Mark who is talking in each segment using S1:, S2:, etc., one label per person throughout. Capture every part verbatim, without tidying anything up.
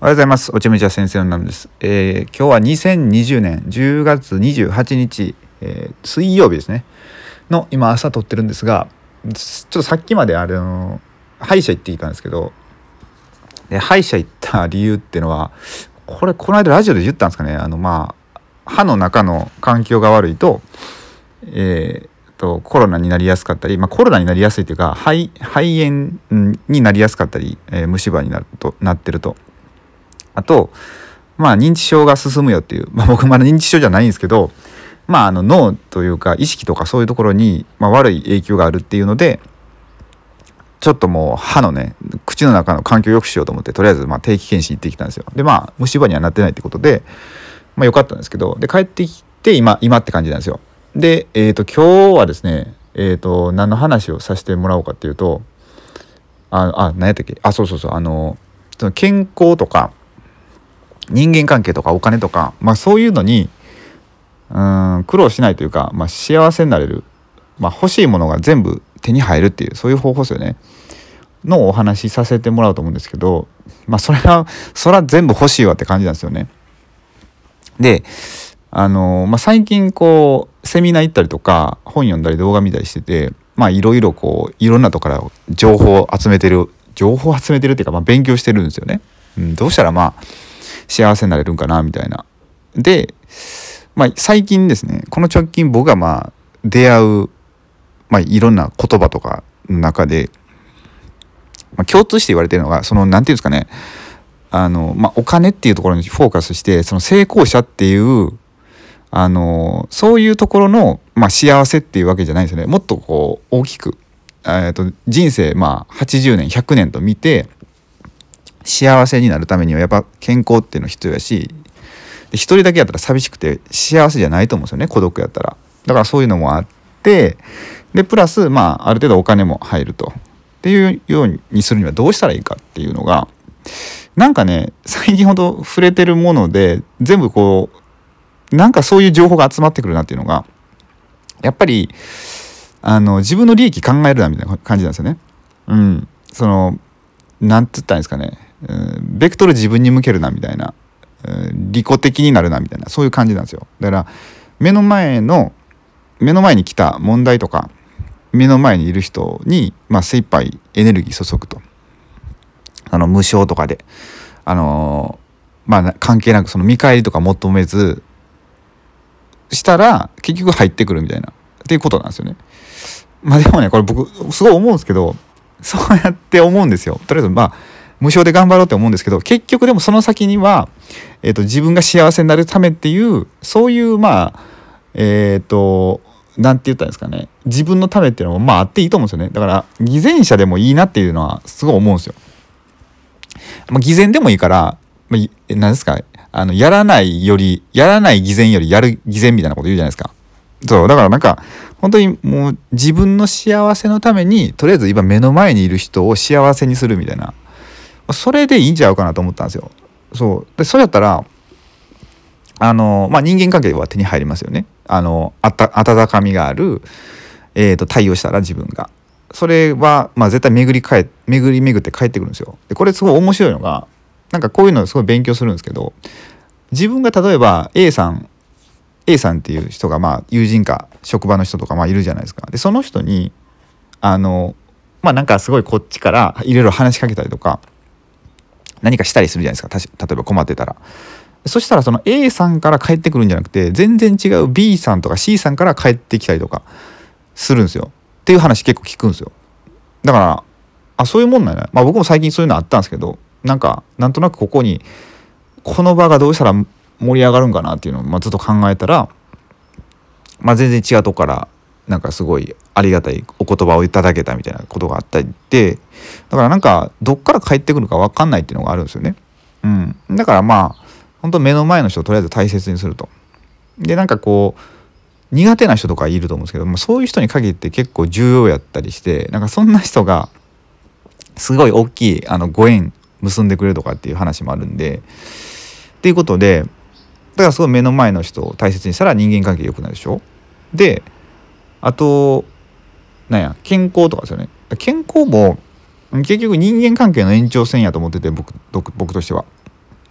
S1: おはようございます。おちむちゃ先生のナムです。えー、今日はにせんにじゅうねんじゅうがつにじゅうはちにち、えー、水曜日ですねの今朝撮ってるんですが、ちょっとさっきまであの歯医者行ってきたんですけど、で歯医者行った理由っていうのはこれこの間ラジオで言ったんですかね。あのまあ歯の中の環境が悪いと、えー、とコロナになりやすかったり、まあ、コロナになりやすいというか肺肺炎になりやすかったり、えー、虫歯になるとなってると。あと、まあ、認知症が進むよっていう、まあ、僕まだ認知症じゃないんですけど、まあ、あの脳というか意識とかそういうところに、まあ、悪い影響があるっていうので、ちょっともう歯のね口の中の環境を良くしようと思ってとりあえずまあ定期検診行ってきたんですよ。でまあ虫歯にはなってないってことで、まあ、よかったんですけど、で帰ってきて今今って感じなんですよ。で、えー、と今日はですね、えー、と何の話をさせてもらおうかっていうと、ああ何やったっけあそうそうそうあのその健康とか人間関係とかお金とか、まあ、そういうのにうーん苦労しないというか、まあ、幸せになれる、まあ、欲しいものが全部手に入るっていうそういう方法ですよねのお話しさせてもらおうと思うんですけど、まあそれはそれは全部欲しいわって感じなんですよね。であの、まあ、最近こうセミナー行ったりとか本読んだり動画見たりしてて、まあいろいろこういろんなところから情報を集めてる情報を集めてるっていうか、まあ、勉強してるんですよね。うん、どうしたらまあ幸せになれるんかなみたいな。で、まあ、最近ですねこの直近僕がまあ出会う、まあ、いろんな言葉とかの中で、まあ、共通して言われてるのがそのなんていうんですかねあの、まあ、お金っていうところにフォーカスしてその成功者っていうあのそういうところの、まあ、幸せっていうわけじゃないんですよね。もっとこう大きく、えーと、人生まあはちじゅうねんひゃくねんと見て幸せになるためにはやっぱ健康っていうの必要やし、で一人だけやったら寂しくて幸せじゃないと思うんですよね、孤独やったら。だからそういうのもあって、でプラスまあある程度お金も入るとっていうようにするにはどうしたらいいかっていうのがなんかね最近ほど触れてるもので全部こうなんかそういう情報が集まってくるなっていうのがやっぱりあの自分の利益考えるなみたいな感じなんですよね。うん、そのなんて言ったらいいんですかね、うん、ベクトル自分に向けるなみたいな、うん、利己的になるなみたいなそういう感じなんですよ。だから目の前の目の前に来た問題とか目の前にいる人に、まあ、精一杯エネルギー注ぐと、あの無償とかであのー、まあ関係なくその見返りとか求めずしたら結局入ってくるみたいなっていうことなんですよね。まあでもねこれ僕すごい思うんですけど、そうやって思うんですよ。とりあえずまあ無償で頑張ろうって思うんですけど、結局でもその先には、えーと、自分が幸せになるためっていうそういうまあえっ、ー、となんて言ったんですかね、自分のためっていうのもまああっていいと思うんですよね。だから偽善者でもいいなっていうのはすごい思うんですよ。まあ、偽善でもいいから、まあ、なんですかあのやらないよりやらない偽善よりやる偽善みたいなこと言うじゃないですか。そうだからなんか本当にもう自分の幸せのためにとりあえず今目の前にいる人を幸せにするみたいな、それでいいんちゃうかなと思ったんですよ。そうでそれやったらあの、まあ、人間関係は手に入りますよね。あのあた温かみがある、えー、と対応したら自分がそれはまあ絶対巡り返巡り巡って帰ってくるんですよ。でこれすごい面白いのがなんかこういうのすごい勉強するんですけど、自分が例えば A さん A さんっていう人がまあ友人か職場の人とかまあいるじゃないですか。でその人にあのまあなんかすごいこっちからいろいろ話しかけたりとか何かしたりするじゃないですか。例えば困ってたら、そしたらその A さんから帰ってくるんじゃなくて全然違う B さんとか C さんから帰ってきたりとかするんですよっていう話結構聞くんですよ。だからあそういうもんなんやな、まあ僕も最近そういうのあったんですけど、なんかなんとなくここにこの場がどうしたら盛り上がるんかなっていうのをまあずっと考えたら、まあ、全然違うとこからなんかすごいありがたいお言葉をいただけたみたいなことがあったりで、だからなんかどっから帰ってくるか分かんないっていうのがあるんですよね。うん、だからまあ本当目の前の人をとりあえず大切にすると。でなんかこう苦手な人とかいると思うんですけども、そういう人に限って結構重要やったりして、なんかそんな人がすごい大きいあのご縁結んでくれるとかっていう話もあるんで、っていうことでだからすごい目の前の人を大切にしたら人間関係良くなるでしょ。であとなんや健康とかですよね。健康も結局人間関係の延長線やと思ってて、僕僕僕としては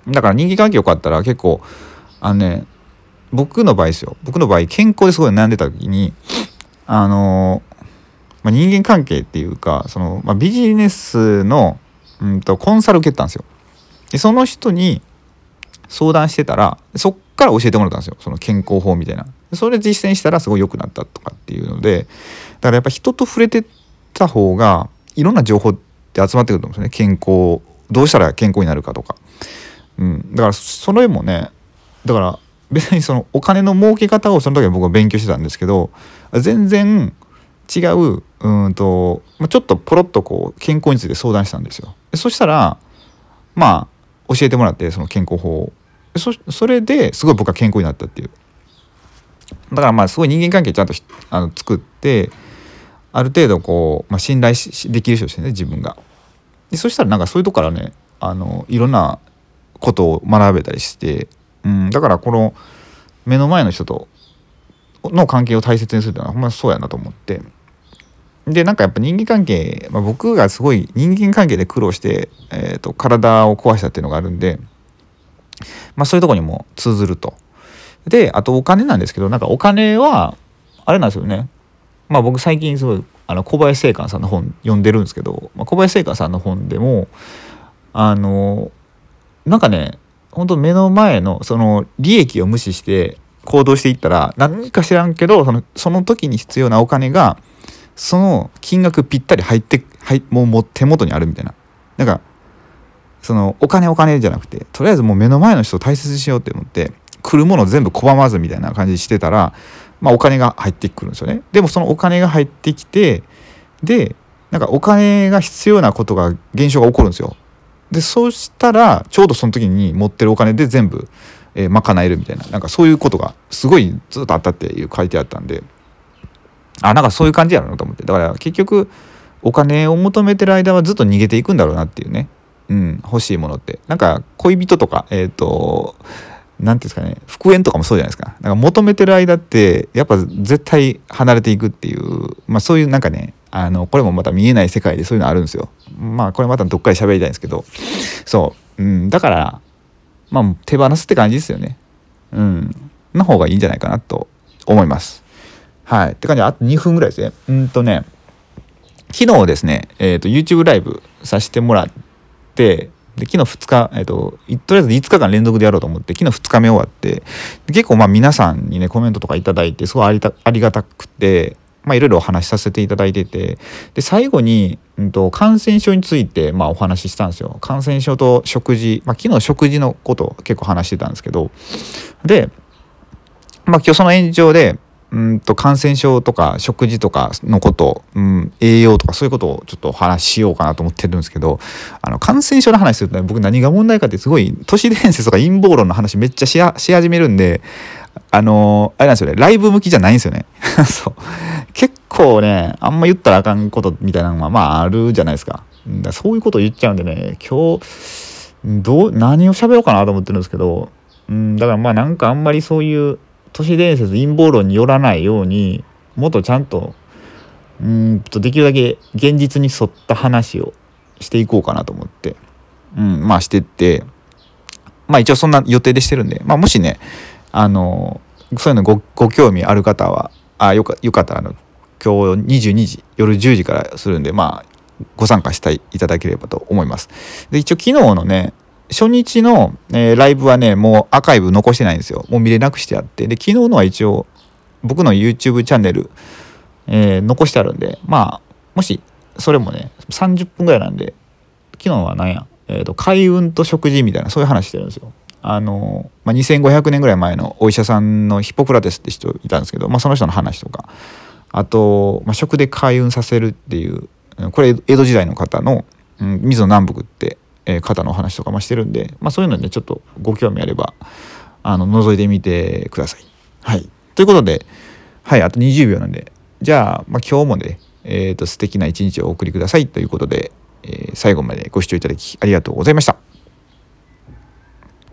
S1: だから人間関係良かったら結構あのね僕の場合ですよ僕の場合健康ですごい悩んでた時にあの、まあ、人間関係っていうかその、まあ、ビジネスの、うんと、コンサル受けたんですよ。でその人に相談してたらそっから教えてもらったんですよその健康法みたいな。それ実践したらすごい良くなったとかっていうのでだからやっぱ人と触れてた方がいろんな情報って集まってくると思うんですよね。健康どうしたら健康になるかとか、うん、だからそれもねだから別にそのお金の儲け方をその時は僕は勉強してたんですけど全然違ううんとちょっとポロッとこう健康について相談したんですよ。そしたらまあ教えてもらってその健康法を そ, それですごい僕は健康になったっていう。だからまあすごい人間関係ちゃんとあの作ってある程度こう、まあ、信頼しできる人ですね自分が。でそしたらなんかそういうとこからねあのいろんなことを学べたりして、うん、だからこの目の前の人との関係を大切にするっていうのはほんまそうやなと思って。でなんかやっぱ人間関係、まあ、僕がすごい人間関係で苦労して、えーと、体を壊したっていうのがあるんで、まあ、そういうとこにも通ずると。であとお金なんですけどなんかお金はあれなんですよね。まあ僕最近すごいあの小林正観さんの本読んでるんですけど、まあ、小林正観さんの本でもあのなんかね本当目の前のその利益を無視して行動していったら何か知らんけどそのその時に必要なお金がその金額ぴったり入ってはいもうもう手元にあるみたいな。なんかそのお金お金じゃなくてとりあえずもう目の前の人を大切にしようって思って来るもの全部拒まずみたいな感じにしてたら、まあ、お金が入ってくるんですよね。でもそのお金が入ってきてでなんかお金が必要なことが現象が起こるんですよ。でそうしたらちょうどその時に持ってるお金で全部、えー、賄えるみたいななんかそういうことがすごいずっとあったっていう書いてあったんであなんかそういう感じやろなと思ってだから結局お金を求めてる間はずっと逃げていくんだろうなっていうね、うん、欲しいものってなんか恋人とかえっとなんていうんですかね復縁とかもそうじゃないですか。なんか求めてる間ってやっぱ絶対離れていくっていうまあそういうなんかねあのこれもまた見えない世界でそういうのあるんですよ。まあこれまたどっかで喋りたいんですけどそう、うん、だからまあ手放すって感じですよね。うんの方がいいんじゃないかなと思います。はいって感じであとにふんぐらいですね。うんとね昨日ですね、えー、と YouTube ライブさせてもらってで昨日ふつか、えー、ととりあえずいつかかん連続でやろうと思って昨日ふつかめ終わって結構まあ皆さんにねコメントとかいただいてすごいありたありがたくてまあいろいろお話しさせていただいててで最後に、うん、と感染症についてまあお話ししたんですよ。感染症と食事、まあ、昨日食事のことを結構話してたんですけどで、まあ、今日その延長でうんと感染症とか食事とかのこと、うん、栄養とかそういうことをちょっとお話ししようかなと思ってるんですけどあの感染症の話するとね僕何が問題かってすごい都市伝説とか陰謀論の話めっちゃしやし始めるんであのー、あれなんですよねライブ向きじゃないんですよねそう結構ねあんま言ったらあかんことみたいなのがまああるじゃないですか。だそういうことを言っちゃうんでね今日どう何を喋ろうかなと思ってるんですけど、うん、だからまあなんかあんまりそういう都市伝説陰謀論によらないようにもっとちゃんとうーんとできるだけ現実に沿った話をしていこうかなと思って、うん、まあしてってまあ一応そんな予定でしてるんで、まあ、もしねあのそういうの ご, ご興味ある方はあよかよかったらあの今日にじゅうにじ夜じゅうじからするんでまあご参加していただければと思います。で一応昨日のね初日の、えー、ライブはねもうアーカイブ残してないんですよ。もう見れなくしてあってで昨日のは一応僕の YouTube チャンネル、えー、残してあるんでまあもしそれもねさんじゅっぷんぐらいなんで昨日は何や、えーと、開運と食事みたいなそういう話してるんですよ。あの、まあ、にせんごひゃくねんぐらい前のお医者さんのヒポクラテスって人いたんですけど、まあ、その人の話とかあと、まあ、食で開運させるっていうこれ江戸時代の方の、うん、水野南北ってえー、方のお話とかもしてるんで、まあ、そういうのでちょっとご興味あればあの覗いてみてください。はいということではいあとにじゅうびょうなんでじゃあ、まあ、今日もね、えー、と素敵な一日をお送りくださいということで、えー、最後までご視聴いただきありがとうございました。